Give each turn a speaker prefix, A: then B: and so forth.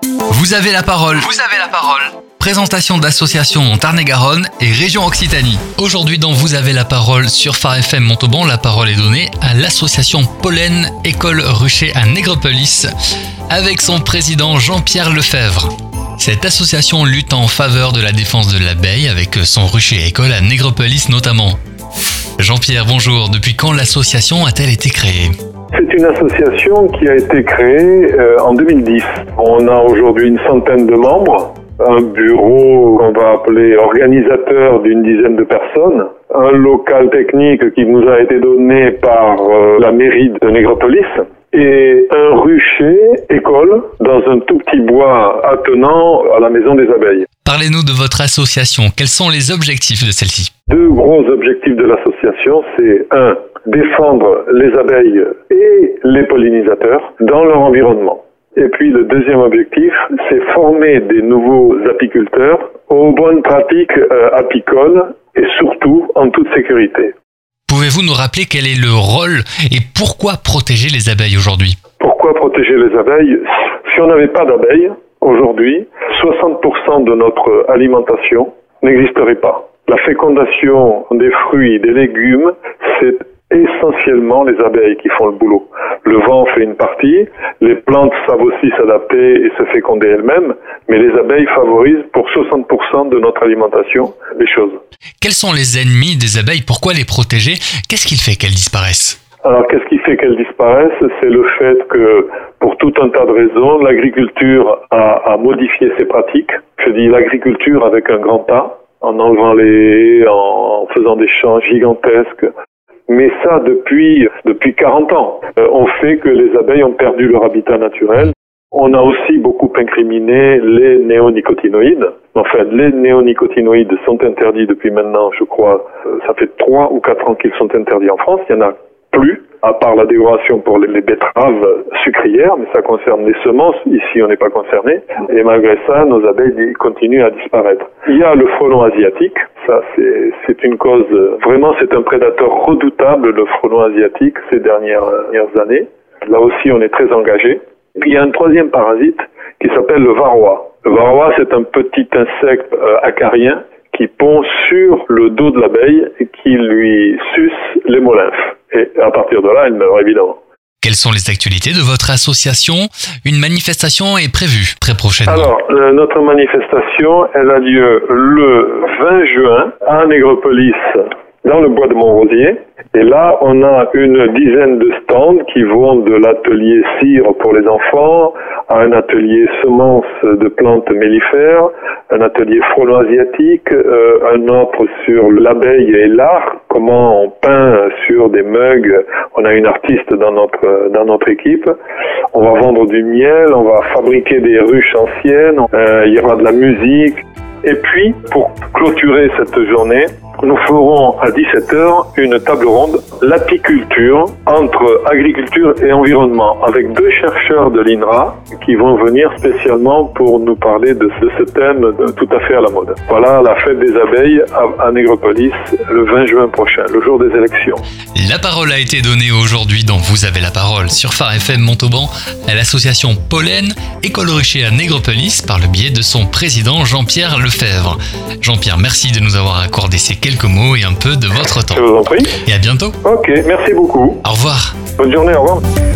A: Vous avez la parole. Vous avez la parole. Présentation d'associations en Tarn-et-Garonne et région Occitanie. Aujourd'hui dans Vous avez la parole sur Phare FM Montauban, la parole est donnée à l'association Pollen École Rucher à Nègrepelisse avec son président Jean-Pierre Lefebvre. Cette association lutte en faveur de la défense de l'abeille avec son rucher école à Nègrepelisse notamment. Jean-Pierre, bonjour. Depuis quand l'association a-t-elle été créée ?
B: C'est une association qui a été créée en 2010. On a aujourd'hui une centaine de membres, un bureau qu'on va appeler organisateur d'une dizaine de personnes, un local technique qui nous a été donné par la mairie de Nègrepelisse et un rucher école dans un tout petit bois attenant à la maison des abeilles.
A: Parlez-nous de votre association. Quels sont les objectifs de celle-ci ?
B: Deux gros objectifs de l'association, c'est défendre les abeilles et les pollinisateurs dans leur environnement. Et puis le deuxième objectif, c'est former des nouveaux apiculteurs aux bonnes pratiques apicoles et surtout en toute sécurité.
A: Pouvez-vous nous rappeler quel est le rôle et pourquoi protéger les abeilles aujourd'hui ?
B: Pourquoi protéger les abeilles ? Si on n'avait pas d'abeilles, aujourd'hui, 60% de notre alimentation n'existerait pas. La fécondation des fruits, des légumes, c'est essentiellement les abeilles qui font le boulot. Le vent fait une partie, les plantes savent aussi s'adapter et se féconder elles-mêmes, mais les abeilles favorisent pour 60% de notre alimentation les choses.
A: Quels sont les ennemis des abeilles ? Pourquoi les protéger ? Qu'est-ce qui fait qu'elles disparaissent ?
B: Alors, qu'est-ce qui fait qu'elles disparaissent ? C'est le fait que, pour tout un tas de raisons, l'agriculture a modifié ses pratiques. Je dis l'agriculture avec un grand A, en enlevant les haies, en faisant des champs gigantesques. Mais ça, depuis 40 ans, on fait que les abeilles ont perdu leur habitat naturel. On a aussi beaucoup incriminé les néonicotinoïdes. Enfin, les néonicotinoïdes sont interdits depuis maintenant, je crois, ça fait 3 ou 4 ans qu'ils sont interdits en France. Il y en a plus, à part la déoration pour les betteraves sucrières, mais ça concerne les semences. Ici, on n'est pas concerné. Et malgré ça, nos abeilles continuent à disparaître. Il y a le frelon asiatique. Ça, c'est une cause, vraiment, c'est un prédateur redoutable, le frelon asiatique, ces dernières années. Là aussi, on est très engagé. Puis, il y a un troisième parasite qui s'appelle le varroa. Le varroa, c'est un petit insecte acarien qui pond sur le dos de l'abeille et qui lui suce l'hémolymphe. Et à partir de là, elle meurt, évidemment.
A: Quelles sont les actualités de votre association ? Une manifestation est prévue très prochainement.
B: Alors, notre manifestation, elle a lieu le 20 juin à Nègrepelisse, dans le bois de Montrosier. Et là, on a une dizaine de stands qui vont de l'atelier cire pour les enfants à un atelier semences de plantes mellifères, un atelier frelon asiatique, un autre sur l'abeille et l'art, comment on peint sur des mugs. On a une artiste dans notre équipe. On va vendre du miel, on va fabriquer des ruches anciennes, il y aura de la musique. Et puis, pour clôturer cette journée, nous ferons à 17h une table ronde, l'apiculture entre agriculture et environnement, avec 2 chercheurs de l'INRA qui vont venir spécialement pour nous parler de ce thème tout à fait à la mode. Voilà la fête des abeilles à Nègrepelisse le 20 juin prochain, le jour des élections.
A: La parole a été donnée aujourd'hui dans Vous avez la parole sur Phare FM Montauban à l'association Pollen École Rucher à Nègrepelisse par le biais de son président Jean-Pierre Lefebvre. Jean-Pierre, merci de nous avoir accordé ces quelques mots et un peu de votre temps.
B: Je vous en prie.
A: Et à bientôt.
B: Ok, merci beaucoup.
A: Au revoir.
B: Bonne journée, au revoir.